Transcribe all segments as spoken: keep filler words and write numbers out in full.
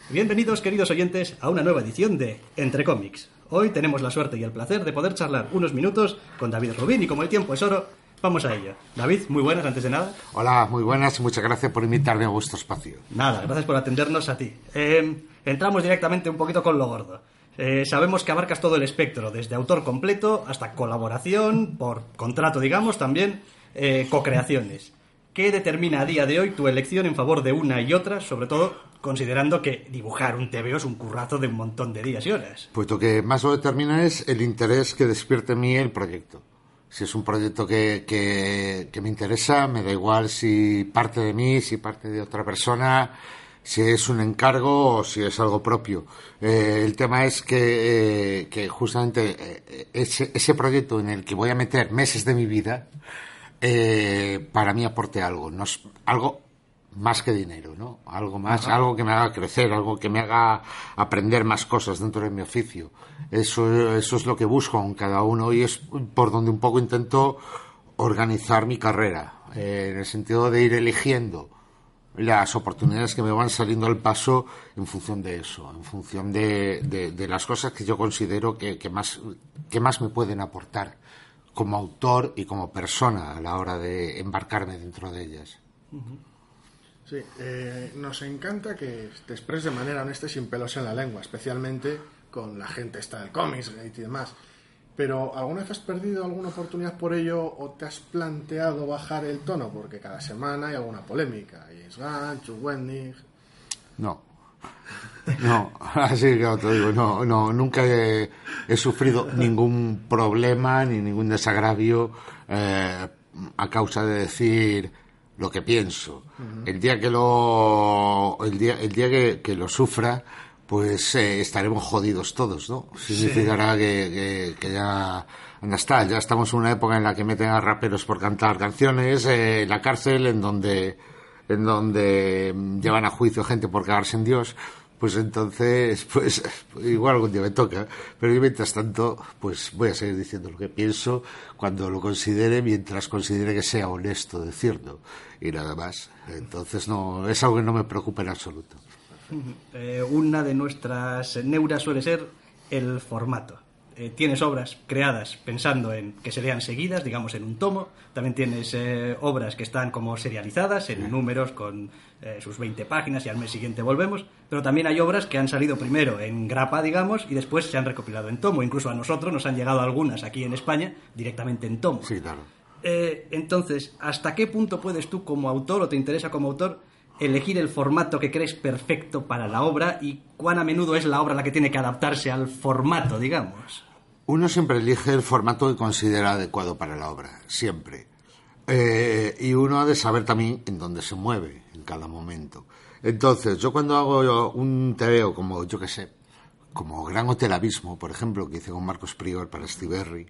Bienvenidos, queridos oyentes, a una nueva edición de Entre Cómics. Hoy tenemos la suerte y el placer de poder charlar unos minutos con David Rubín y como el tiempo es oro, vamos a ello. David, muy buenas antes de nada. Hola, muy buenas y muchas gracias por invitarme a vuestro espacio. Nada, gracias por atendernos a ti. Eh, entramos directamente un poquito con lo gordo. Eh, sabemos que abarcas todo el espectro, desde autor completo hasta colaboración, por contrato, digamos, también eh, co-creaciones. ¿Qué determina a día de hoy tu elección en favor de una y otra, sobre todo considerando que dibujar un tebeo es un currazo de un montón de días y horas? Pues lo que más lo determina es el interés que despierte en mí el proyecto. Si es un proyecto que, que, que me interesa, me da igual si parte de mí, si parte de otra persona, si es un encargo o si es algo propio. Eh, el tema es que, eh, que justamente eh, ese, ese proyecto en el que voy a meter meses de mi vida, eh, para mí aporte algo, no es algo más que dinero, ¿no? Algo más, Ajá. algo que me haga crecer, algo que me haga aprender más cosas dentro de mi oficio. Eso, eso es lo que busco en cada uno y es por donde un poco intento organizar mi carrera, eh, en el sentido de ir eligiendo las oportunidades que me van saliendo al paso en función de eso, en función de, de, de las cosas que yo considero que, que, más, que más me pueden aportar como autor y como persona a la hora de embarcarme dentro de ellas. Uh-huh. Sí, eh, nos encanta que te expreses de manera honesta y sin pelos en la lengua, especialmente con la gente esta del cómics y demás. Pero ¿alguna vez has perdido alguna oportunidad por ello o te has planteado bajar el tono? Porque cada semana hay alguna polémica. James Gunn, Chuck Wendig... No. No, así que te digo, no, no, nunca he, he sufrido ningún problema ni ningún desagravio eh, a causa de decir lo que pienso. Uh-huh. El día que lo, el día, el día que, que lo sufra, pues eh, estaremos jodidos todos, ¿no? Significará sí. que, que, que ya, ya está, ya estamos en una época en la que meten a raperos por cantar canciones, eh, la cárcel en donde, en donde llevan a juicio gente por cagarse en Dios. Pues entonces, pues igual algún día me toca, pero yo mientras tanto, pues voy a seguir diciendo lo que pienso cuando lo considere, mientras considere que sea honesto decirlo y nada más. Entonces no, es algo que no me preocupa en absoluto. Eh, una de nuestras neuras suele ser el formato. Eh, tienes obras creadas pensando en que serían seguidas, digamos en un tomo. También tienes eh, obras que están como serializadas en números con eh, sus veinte páginas y al mes siguiente volvemos. Pero también hay obras que han salido primero en grapa, digamos, y después se han recopilado en tomo. Incluso a nosotros nos han llegado algunas aquí en España directamente en tomo. Sí, claro. Eh, entonces, ¿hasta qué punto puedes tú como autor o te interesa como autor elegir el formato que crees perfecto para la obra y cuán a menudo es la obra la que tiene que adaptarse al formato, digamos? Uno siempre elige el formato que considera adecuado para la obra, siempre. Eh, y uno ha de saber también en dónde se mueve en cada momento. Entonces, yo cuando hago un tebeo como, yo qué sé, como Gran Hotel Abismo, por ejemplo, que hice con Marcos Prior para Stiberri,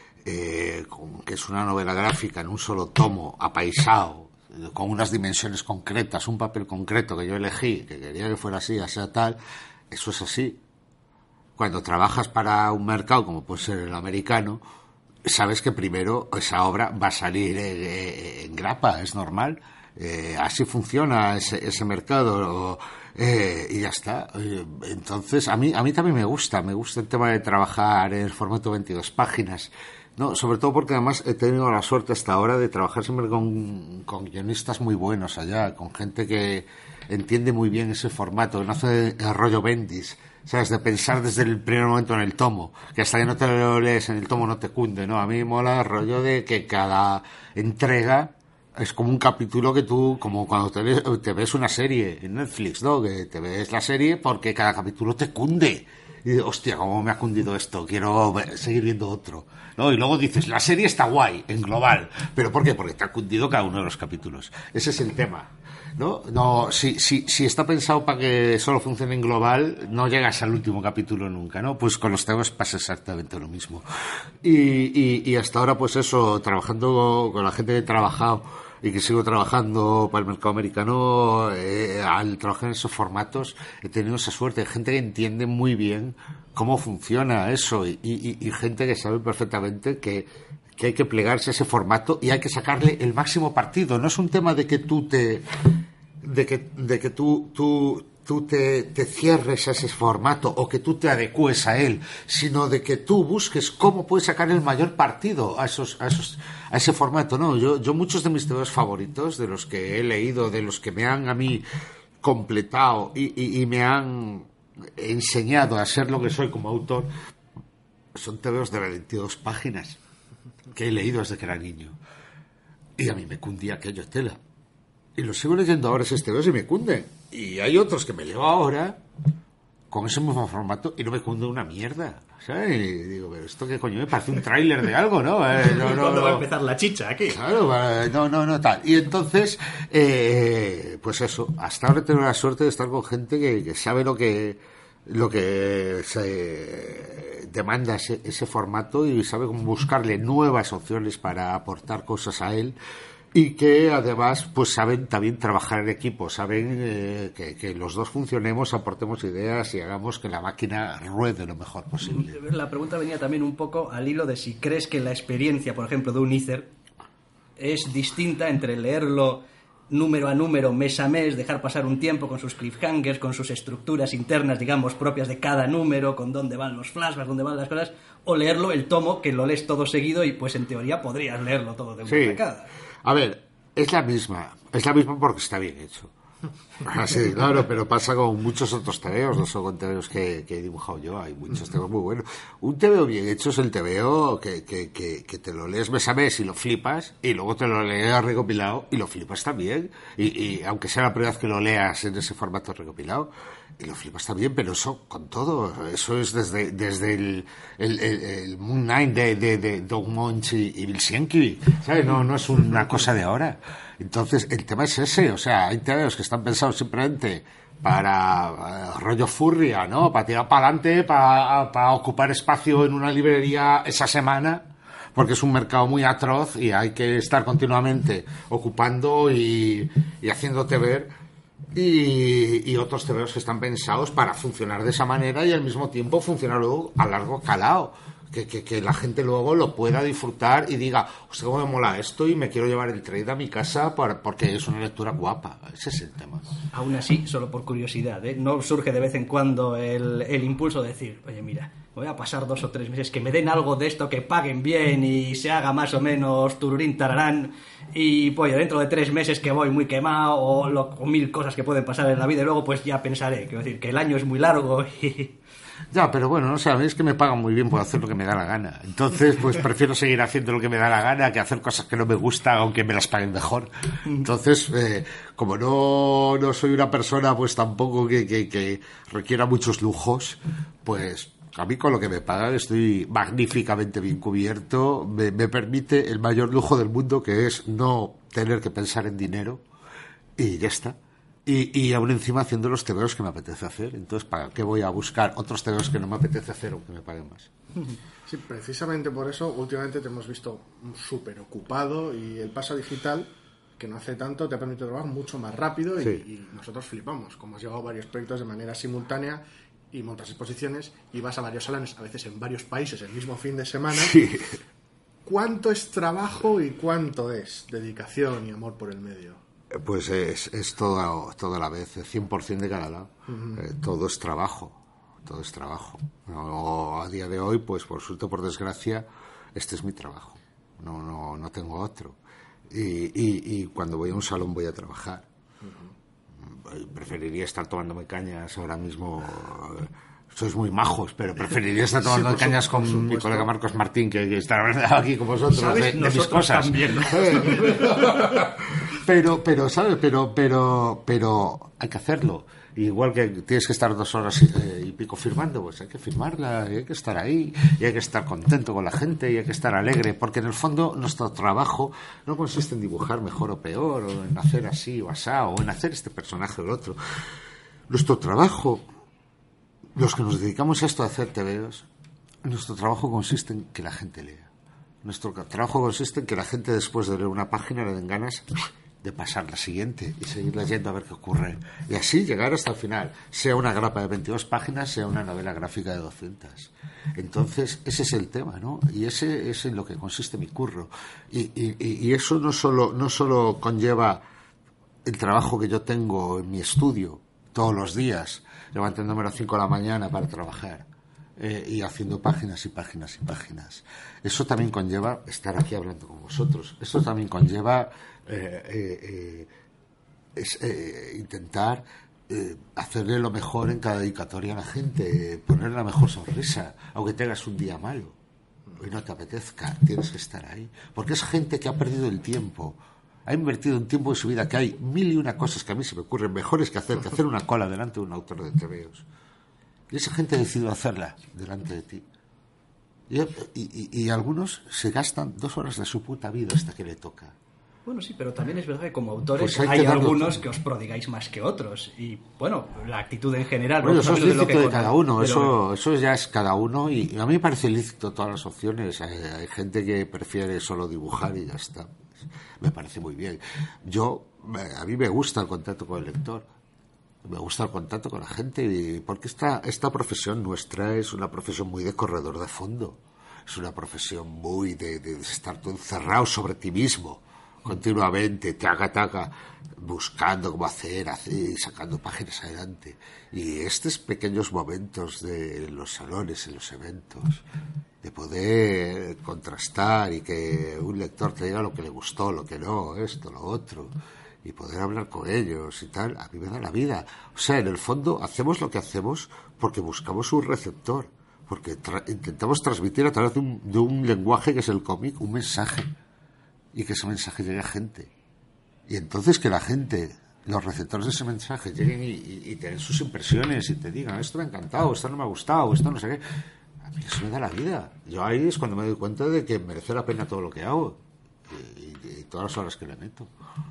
eh, con, que es una novela gráfica en un solo tomo, apaisado, con unas dimensiones concretas, un papel concreto que yo elegí, que quería que fuera así, así tal, eso es así. Cuando trabajas para un mercado como puede ser el americano, sabes que primero esa obra va a salir eh, en grapa, es normal. Eh, así funciona ese, ese mercado eh, y ya está. Eh, entonces, a mí, a mí también me gusta, me gusta el tema de trabajar en el formato veintidós páginas. No, sobre todo porque además he tenido la suerte hasta ahora de trabajar siempre con, con guionistas muy buenos allá, con gente que entiende muy bien ese formato, que no hace el rollo Bendis, ¿sabes? De pensar desde el primer momento en el tomo, que hasta que no te lo lees en el tomo no te cunde, ¿no? A mí me mola el rollo de que cada entrega es como un capítulo que tú, como cuando te ves, te ves una serie en Netflix, ¿no? Que te ves la serie porque cada capítulo te cunde. Y dices, hostia, cómo me ha cundido esto, quiero seguir viendo otro, ¿no? Y luego dices, la serie está guay, en global. ¿Pero por qué? Porque te ha cundido cada uno de los capítulos. Ese es el tema, ¿no? No, si, si, si está pensado para que solo funcione en global, no llegas al último capítulo nunca, ¿no? Pues con los temas pasa exactamente lo mismo. Y, y, y hasta ahora, pues eso, trabajando con la gente que he trabajado y que sigo trabajando para el mercado americano, eh, al trabajar en esos formatos he tenido esa suerte de gente que entiende muy bien cómo funciona eso y, y, y gente que sabe perfectamente que, que hay que plegarse a ese formato y hay que sacarle el máximo partido. No es un tema de que tú te de que, de que tú, tú tú te, te cierres a ese formato o que tú te adecues a él, sino de que tú busques cómo puedes sacar el mayor partido a esos, a esos, a ese formato, ¿no? Yo, yo muchos de mis tebeos favoritos, de los que he leído, de los que me han a mí completado y, y, y me han enseñado a ser lo que soy como autor, son tebeos de veintidós páginas que he leído desde que era niño. Y a mí me cundía aquello, tela. Y lo sigo leyendo ahora esos tebeos y me cunden. Y hay otros que me leo ahora con ese mismo formato y no me cunde una mierda, ¿sabes? Y digo, pero esto qué coño me parece un tráiler de algo, ¿no? Eh, no, no ¿Cuándo no. va a empezar la chicha aquí? Claro, no, no, no, tal. Y entonces, eh, pues eso, hasta ahora tengo la suerte de estar con gente que, que sabe lo que lo que se demanda ese, ese formato y sabe cómo buscarle nuevas opciones para aportar cosas a él. Y que además pues saben también trabajar en equipo, saben eh, que, que los dos funcionemos, aportemos ideas y hagamos que la máquina ruede lo mejor posible. La pregunta venía también un poco al hilo de si crees que la experiencia, por ejemplo, de un Ether es distinta entre leerlo número a número, mes a mes, dejar pasar un tiempo con sus cliffhangers, con sus estructuras internas, digamos, propias de cada número, con dónde van los flashbacks, dónde van las cosas, o leerlo el tomo, que lo lees todo seguido y pues en teoría podrías leerlo todo de una sí. tacada. A ver, es la misma, es la misma porque está bien hecho. Así, claro, pero pasa con muchos otros tebeos, no solo con tebeos que, que he dibujado yo, hay muchos tebeos muy buenos. Un tebeo bien hecho es el tebeo que, que, que, que te lo lees mes a mes y lo flipas, y luego te lo lees recopilado y lo flipas también. Y, y aunque sea la primera vez que lo leas en ese formato recopilado, y lo flipas también, pero eso con todo, eso es desde, desde el, el, el, el Moon Knight de, de, de Doug Moench y, y Bill Sienkiewicz, ¿sabes? No, no es una cosa de ahora. Entonces, el tema es ese, o sea, hay tebeos que están pensados simplemente para uh, rollo furria, ¿no? Para tirar para adelante, para, para ocupar espacio en una librería esa semana, porque es un mercado muy atroz y hay que estar continuamente ocupando y, y haciéndote ver. Y, y otros tebeos que están pensados para funcionar de esa manera y al mismo tiempo funcionar luego a largo calado. Que, que, que la gente luego lo pueda disfrutar y diga, hostia, cómo me mola esto y me quiero llevar el trade a mi casa para, porque es una lectura guapa. Ese es el tema. Aún así, solo por curiosidad, ¿eh? ¿No surge de vez en cuando el, el impulso de decir, oye, mira, voy a pasar dos o tres meses que me den algo de esto, que paguen bien y se haga más o menos tururín tararán y pues dentro de tres meses que voy muy quemado o, lo, o mil cosas que pueden pasar en la vida y luego pues ya pensaré, quiero decir, que el año es muy largo y... Ya, pero bueno, no sé, a mí es que me pagan muy bien por hacer lo que me da la gana. Entonces, pues prefiero seguir haciendo lo que me da la gana que hacer cosas que no me gustan, aunque me las paguen mejor. Entonces, eh, como no, no soy una persona, pues tampoco que, que, que requiera muchos lujos, pues a mí con lo que me pagan estoy magníficamente bien cubierto. Me, me permite el mayor lujo del mundo, que es no tener que pensar en dinero y ya está. Y, y aún encima haciendo los tebeos que me apetece hacer. Entonces, ¿para qué voy a buscar otros tebeos que no me apetece hacer o que me paguen más? Sí, precisamente por eso últimamente te hemos visto súper ocupado y el paso digital, que no hace tanto, te permite trabajar mucho más rápido y, sí. y nosotros flipamos, como has llevado varios proyectos de manera simultánea y montas exposiciones y vas a varios salones, a veces en varios países el mismo fin de semana. Sí. ¿Cuánto es trabajo y cuánto es dedicación y amor por el medio? Pues es, es todo, todo a la vez, cien por ciento de cada lado. Uh-huh. Eh, todo es trabajo, todo es trabajo. No, a día de hoy, pues por suerte o por desgracia, este es mi trabajo. No, no, no tengo otro. Y, y, y cuando voy a un salón voy a trabajar. Uh-huh. Preferiría estar tomándome cañas ahora mismo. Sois muy majos, pero preferiría estar tomando sí, cañas con supuesto. Mi colega Marcos Martín que, que estar aquí con vosotros de, de mis cosas. También, ¿no? pero, pero, ¿sabes? Pero, pero, pero hay que hacerlo. Igual que tienes que estar dos horas y, eh, y pico firmando, pues hay que firmarla, y hay que estar ahí, y hay que estar contento con la gente, y hay que estar alegre, porque en el fondo nuestro trabajo no consiste en dibujar mejor o peor, o en hacer así o asá, o en hacer este personaje o el otro. Nuestro trabajo, los que nos dedicamos a esto a hacer tebeos, nuestro trabajo consiste en que la gente lea. Nuestro trabajo consiste en que la gente después de leer una página le den ganas de pasar la siguiente y seguir leyendo a ver qué ocurre. Y así llegar hasta el final, sea una grapa de veintidós páginas, sea una novela gráfica de doscientas. Entonces, ese es el tema, ¿no? Y ese es en lo que consiste mi curro. Y, y, y eso no solo, no solo conlleva el trabajo que yo tengo en mi estudio, todos los días, levantándome a las cinco de la mañana para trabajar. Eh, y haciendo páginas y páginas y páginas. Eso también conlleva estar aquí hablando con vosotros. Eso también conlleva eh, eh, eh, es, eh, intentar eh, hacerle lo mejor en cada dedicatoria a la gente, ponerle la mejor sonrisa, aunque tengas un día malo y no te apetezca, tienes que estar ahí. Porque es gente que ha perdido el tiempo, ha invertido un tiempo de su vida, que hay mil y una cosas que a mí se me ocurren mejores que hacer, que hacer una cola delante de un autor de tebeos. Y esa gente ha decidido hacerla delante de ti. Y, y, y, y algunos se gastan dos horas de su puta vida hasta que le toca. Bueno, sí, pero también es verdad que como autores pues hay, hay que algunos todo. que os prodigáis más que otros. Y, bueno, la actitud en general... Bueno, eso es lícito de, de cada uno. De eso, eso ya es cada uno. Y a mí me parece lícito todas las opciones. Hay, hay gente que prefiere solo dibujar y ya está. Me parece muy bien. Yo, a mí me gusta el contacto con el lector. Me gusta el contacto con la gente, y porque esta, esta profesión nuestra es una profesión muy de corredor de fondo. Es una profesión muy de, de estar tú encerrado sobre ti mismo, continuamente, taca, taca, buscando cómo hacer, hacer, sacando páginas adelante. Y estos pequeños momentos de los salones, en los eventos, de poder contrastar y que un lector te diga lo que le gustó, lo que no, esto, lo otro, y poder hablar con ellos y tal, a mí me da la vida. O sea, en el fondo hacemos lo que hacemos porque buscamos un receptor, porque tra- intentamos transmitir a través de un, de un lenguaje que es el cómic, un mensaje, y que ese mensaje llegue a gente. Y entonces que la gente, los receptores de ese mensaje, lleguen y, y, y te den sus impresiones y te digan, esto me ha encantado, esto no me ha gustado, esto no sé qué. A mí eso me da la vida. Yo ahí es cuando me doy cuenta de que merece la pena todo lo que hago y, y, y todas las horas que le meto.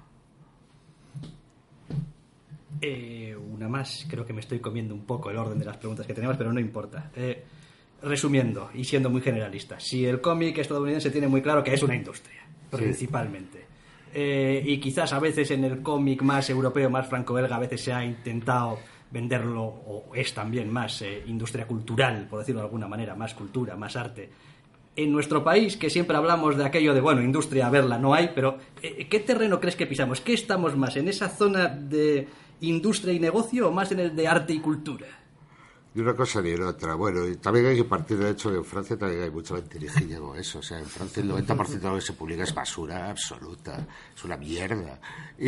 Eh, una más, creo que me estoy comiendo un poco el orden de las preguntas que tenemos, pero no importa. Eh, resumiendo y siendo muy generalista, si el cómic estadounidense tiene muy claro que es una industria, sí, principalmente, eh, y quizás a veces en el cómic más europeo, más franco-belga, a veces se ha intentado venderlo, o es también más eh, industria cultural, por decirlo de alguna manera, más cultura, más arte. En nuestro país, que siempre hablamos de aquello de, bueno, industria, a verla no hay, pero eh, ¿qué terreno crees que pisamos? ¿Qué estamos más, en esa zona de industria y negocio o más en el de arte y cultura? Ni una cosa ni la otra. Bueno, y también hay que partir del hecho que en Francia también hay mucha mentirijilla con eso. O sea, en Francia el noventa por ciento de lo que se publica es basura absoluta, es una mierda. Y,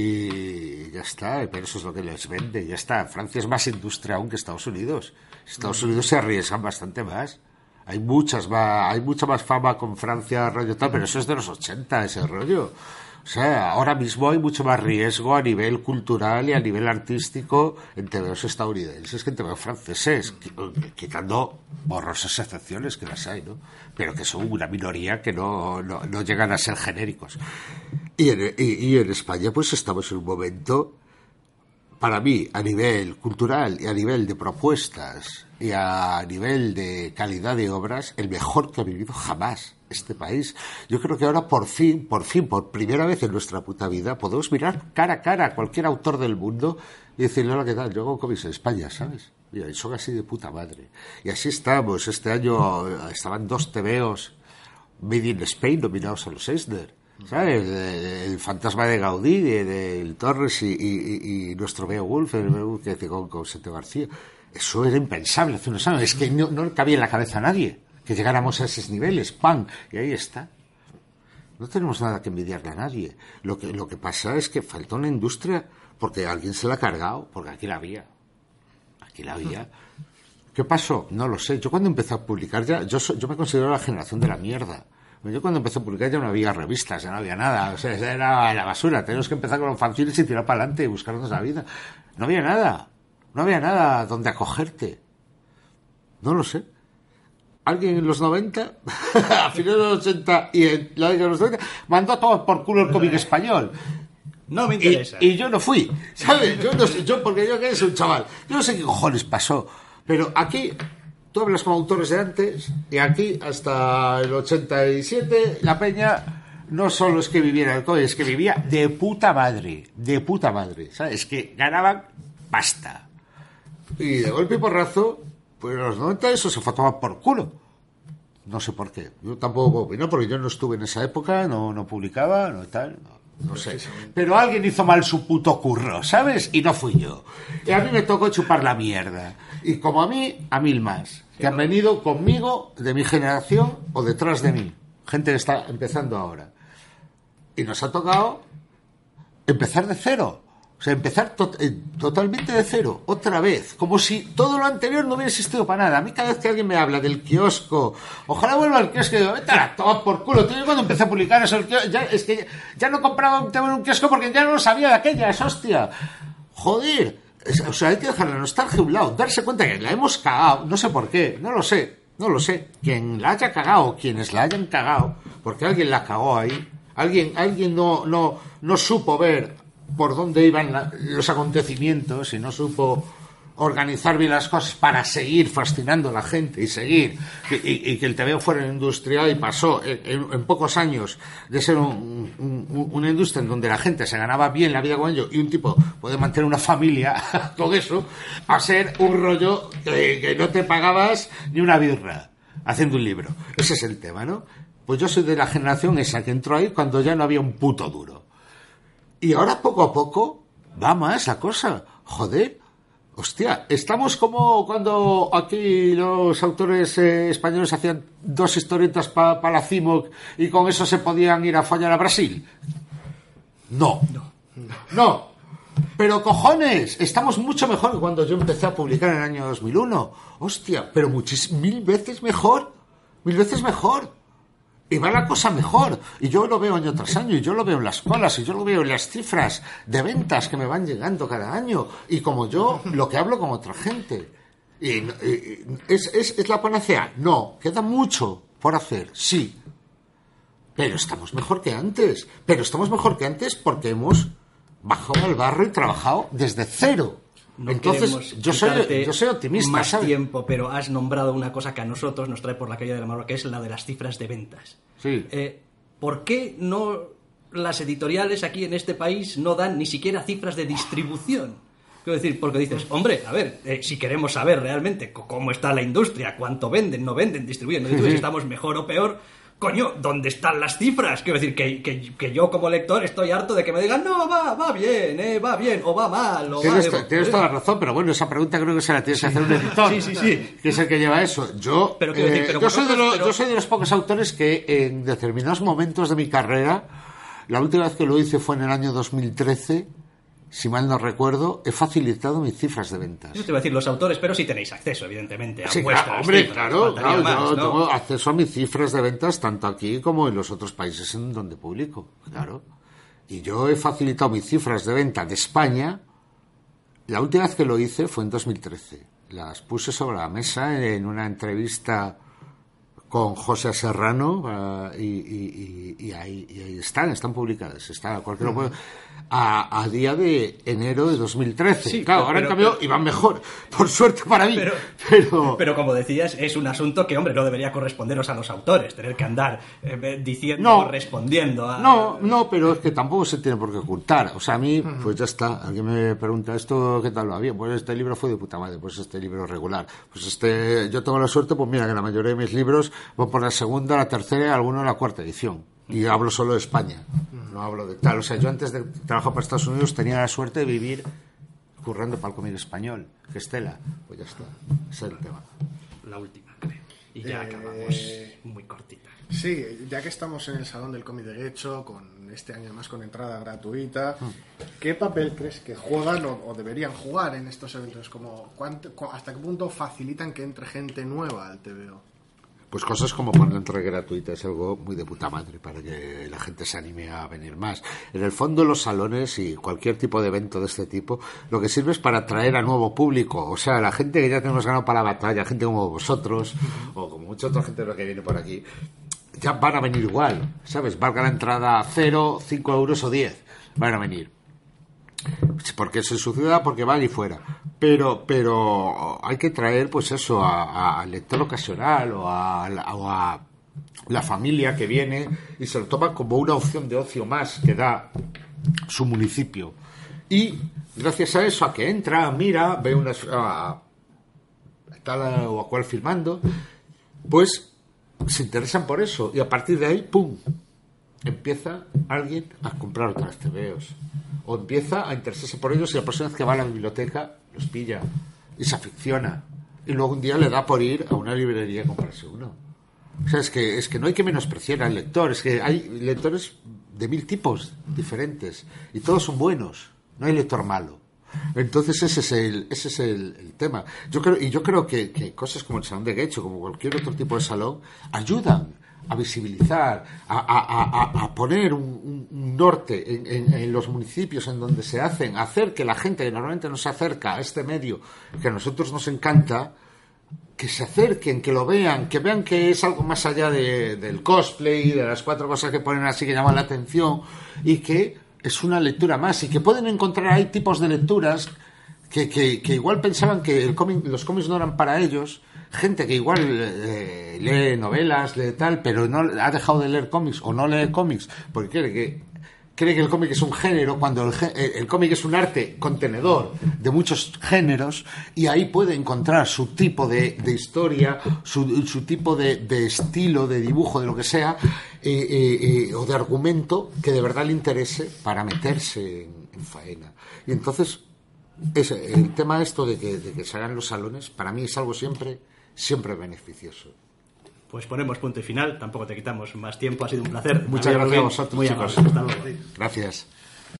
y ya está, pero eso es lo que les vende, ya está. Francia es más industria aún que Estados Unidos. Estados Unidos se arriesgan bastante más. Hay muchas más, hay mucha más fama con Francia, rollo tal, pero eso es de los ochenta, ese rollo. O sea, ahora mismo hay mucho más riesgo a nivel cultural y a nivel artístico en tebeos estadounidenses que en tebeos franceses, quitando borrosas excepciones que las hay, ¿no? Pero que son una minoría que no, no, no llegan a ser genéricos. Y en, y, y en España pues estamos en un momento, para mí, a nivel cultural y a nivel de propuestas y a nivel de calidad de obras, el mejor que ha vivido jamás este país. Yo creo que ahora por fin, por fin, por primera vez en nuestra puta vida, podemos mirar cara a cara a cualquier autor del mundo y decirle, hola, ¿qué tal? Yo hago cómics en España, ¿sabes? Mira, y son así de puta madre. Y así estamos. Este año estaban dos tebeos Made in Spain nominados a los Eisner, ¿sabes? El, el fantasma de Gaudí, del de, de Torres y, y, y nuestro Beowulf, el Beowulf que hace con, con Sete García. Eso era impensable hace unos años. Es que no, no cabía en la cabeza a nadie que llegáramos a esos niveles, ¡pam! Y ahí está. No tenemos nada que envidiarle a nadie. Lo que, lo que pasa es que falta una industria porque alguien se la ha cargado, porque aquí la había. Aquí la había. ¿Qué pasó? No lo sé. Yo cuando empecé a publicar ya, yo, yo me considero la generación de la mierda. Yo cuando empecé a publicar ya no había revistas, ya no había nada. O sea, ya era la basura. Tenemos que empezar con los fanzines y tirar para adelante y buscarnos la vida. No había nada. No había nada donde acogerte. No lo sé. Alguien en los noventa, a finales de los ochenta y en la década de los noventa, mandó a todo por culo el cómic español. No me interesa. Y, y yo no fui, ¿sabes? Yo no sé, yo porque yo que soy un chaval. Yo no sé qué cojones pasó. Pero aquí, tú hablas con autores de antes, y aquí, hasta el ochenta y siete, la peña no solo es que viviera el cómic, es que vivía de puta madre. De puta madre, ¿sabes? Es que ganaban pasta. Y de golpe y porrazo, pues en los noventa eso se fue a tomar por culo. No sé por qué. Yo tampoco puedo opinar porque yo no estuve en esa época, no, no publicaba, no tal. No. No sé. Pero alguien hizo mal su puto curro, ¿sabes? Y no fui yo. Y a mí me tocó chupar la mierda. Y como a mí, a mil más. Que han venido conmigo, de mi generación, o detrás de mí. Gente que está empezando ahora. Y nos ha tocado empezar de cero. O sea, empezar to- eh, totalmente de cero, otra vez, como si todo lo anterior no hubiera existido para nada. A mí cada vez que alguien me habla del kiosco, ojalá vuelva al kiosco, digo, vete a la toma por culo. Tío, yo cuando empecé a publicar eso, ya, es que ya, ya no compraba un tema en un kiosco porque ya no lo sabía de aquellas, hostia. Joder, es, o sea, hay que dejar la nostalgia a un lado, darse cuenta que la hemos cagado, no sé por qué, no lo sé, no lo sé. Quien la haya cagado, quienes la hayan cagado, porque alguien la cagó ahí, alguien, alguien no, no, no supo ver por dónde iban la, los acontecimientos y no supo organizar bien las cosas para seguir fascinando a la gente y seguir y, y, y que el T V O fuera una industria y pasó en, en, en pocos años de ser un, un, una industria en donde la gente se ganaba bien la vida con ello y un tipo puede mantener una familia con eso a ser un rollo que, que no te pagabas ni una birra haciendo un libro. Ese es el tema, ¿no? Pues yo soy de la generación esa que entró ahí cuando ya no había un puto duro. Y ahora poco a poco va más la cosa. Joder, hostia, estamos como cuando aquí los autores eh, españoles hacían dos historietas para pa la CIMOC y con eso se podían ir a fallar a Brasil. No, no, no. Pero cojones, estamos mucho mejor que cuando yo empecé a publicar en el año dos mil uno. Hostia, pero muchis, mil veces mejor, mil veces mejor. Y va la cosa mejor. Y yo lo veo año tras año, y yo lo veo en las colas, y yo lo veo en las cifras de ventas que me van llegando cada año. Y como yo lo que hablo con otra gente. Y, y, ¿es, es, ¿Es la panacea? No, queda mucho por hacer, sí. Pero estamos mejor que antes. Pero estamos mejor que antes porque hemos bajado al barro y trabajado desde cero. No Entonces, yo soy, yo soy optimista, más ¿sabes? tiempo, pero has nombrado una cosa que a nosotros nos trae por la calle de la Amargura, que es la de las cifras de ventas. Sí. Eh, ¿Por qué no las editoriales aquí en este país no dan ni siquiera cifras de distribución? Quiero decir, porque dices, hombre, a ver, eh, si queremos saber realmente cómo está la industria, cuánto venden, no venden, distribuyen, no distribuyen, si estamos mejor o peor, coño, ¿dónde están las cifras? Quiero decir, que, que, que yo como lector estoy harto de que me digan, no, va, va bien, eh, va bien, o va mal, o tienes, va... Tienes toda la razón, pero bueno, esa pregunta creo que se la tienes que hacer un editor. Sí, sí, sí. Que es el que lleva eso. Yo, pero, eh, decir, pero yo, soy de los, pero... yo soy de los pocos autores que en determinados momentos de mi carrera, la última vez que lo hice fue en el año dos mil trece, si mal no recuerdo, he facilitado mis cifras de ventas. Yo te iba a decir los autores, pero sí tenéis acceso, evidentemente, a sí, vuestras claro, hombre, cifras. claro, claro más, yo ¿no? tengo acceso a mis cifras de ventas tanto aquí como en los otros países en donde publico, claro. Y yo he facilitado mis cifras de venta de España. La última vez que lo hice fue en dos mil trece. Las puse sobre la mesa en una entrevista con José Serrano uh, y, y, y, y, ahí, y ahí están, están publicadas. Está, cualquiera puede, a, a día de enero de dos mil trece. Sí, claro, pero, ahora en pero, cambio pero, iban mejor, por suerte para mí. Pero, pero, pero como decías, es un asunto que, hombre, no debería corresponderos a los autores, tener que andar eh, diciendo no, o respondiendo a... No, no, pero es que tampoco se tiene por qué ocultar. O sea, a mí, pues ya está. Alguien me pregunta, ¿esto qué tal va? Bien, pues este libro fue de puta madre, pues este libro regular. Pues este, yo tengo la suerte, pues mira, que la mayoría de mis libros van por la segunda, la tercera y algunos la cuarta edición. Y hablo solo de España, no hablo de tal. O sea, yo antes de trabajar para Estados Unidos tenía la suerte de vivir currando para el cómic español, que Estela. Pues ya está, ese es el tema. La última, creo. Y ya eh... acabamos muy cortita. Sí, ya que estamos en el Salón del Cómic de Guecho, con este año más con entrada gratuita, ¿qué papel crees que juegan o, o deberían jugar en estos eventos? Como, ¿cuánto, ¿Hasta qué punto facilitan que entre gente nueva al T V O? Pues cosas como poner entrada gratuita es algo muy de puta madre para que la gente se anime a venir más. En el fondo, los salones y cualquier tipo de evento de este tipo lo que sirve es para atraer a nuevo público. O sea, la gente que ya tenemos ganado para la batalla, gente como vosotros o como mucha otra gente de la que viene por aquí, ya van a venir igual, ¿sabes? Valga la entrada cero, cinco euros o diez, van a venir. Porque es en su ciudad, porque van y fuera. Pero pero hay que traer, pues eso, al lector ocasional o a, o a la familia que viene y se lo toma como una opción de ocio más que da su municipio. Y gracias a eso, a que entra, mira, ve unas a, tal o a cual filmando, pues se interesan por eso y a partir de ahí, ¡pum!, empieza alguien a comprar otra vez tebeos, o empieza a interesarse por ellos y la próxima vez que va a la biblioteca los pilla y se aficiona, y luego un día le da por ir a una librería a comprarse uno. O sea, es que, es que no hay que menospreciar al lector, es que hay lectores de mil tipos diferentes y todos son buenos, no hay lector malo. Entonces ese es el, ese es el, el tema. Yo creo, y yo creo que, que cosas como el Salón de Getxo, como cualquier otro tipo de salón, ayudan a visibilizar, a, a, a, a poner un, un norte en, en, en los municipios en donde se hacen, a hacer que la gente que normalmente no se acerca a este medio, que a nosotros nos encanta, que se acerquen, que lo vean, que vean que es algo más allá de, del cosplay, de las cuatro cosas que ponen así que llaman la atención, y que es una lectura más, y que pueden encontrar ahí tipos de lecturas que, que, que igual pensaban que el cómic, los cómics no eran para ellos, gente que igual eh, lee novelas, lee tal, pero no ha dejado de leer cómics o no lee cómics porque quiere que cree que el cómic es un género, cuando el, el cómic es un arte contenedor de muchos géneros, y ahí puede encontrar su tipo de, de historia, su, su tipo de, de estilo, de dibujo, de lo que sea, eh, eh, eh, o de argumento que de verdad le interese para meterse en, en faena. Y entonces, es, el tema esto de que, de que se hagan los salones, para mí es algo siempre, siempre beneficioso. Pues ponemos punto y final, tampoco te quitamos más tiempo, ha sido un placer. Muchas gracias a vosotros, muy chicos. amable. Hasta luego. Gracias.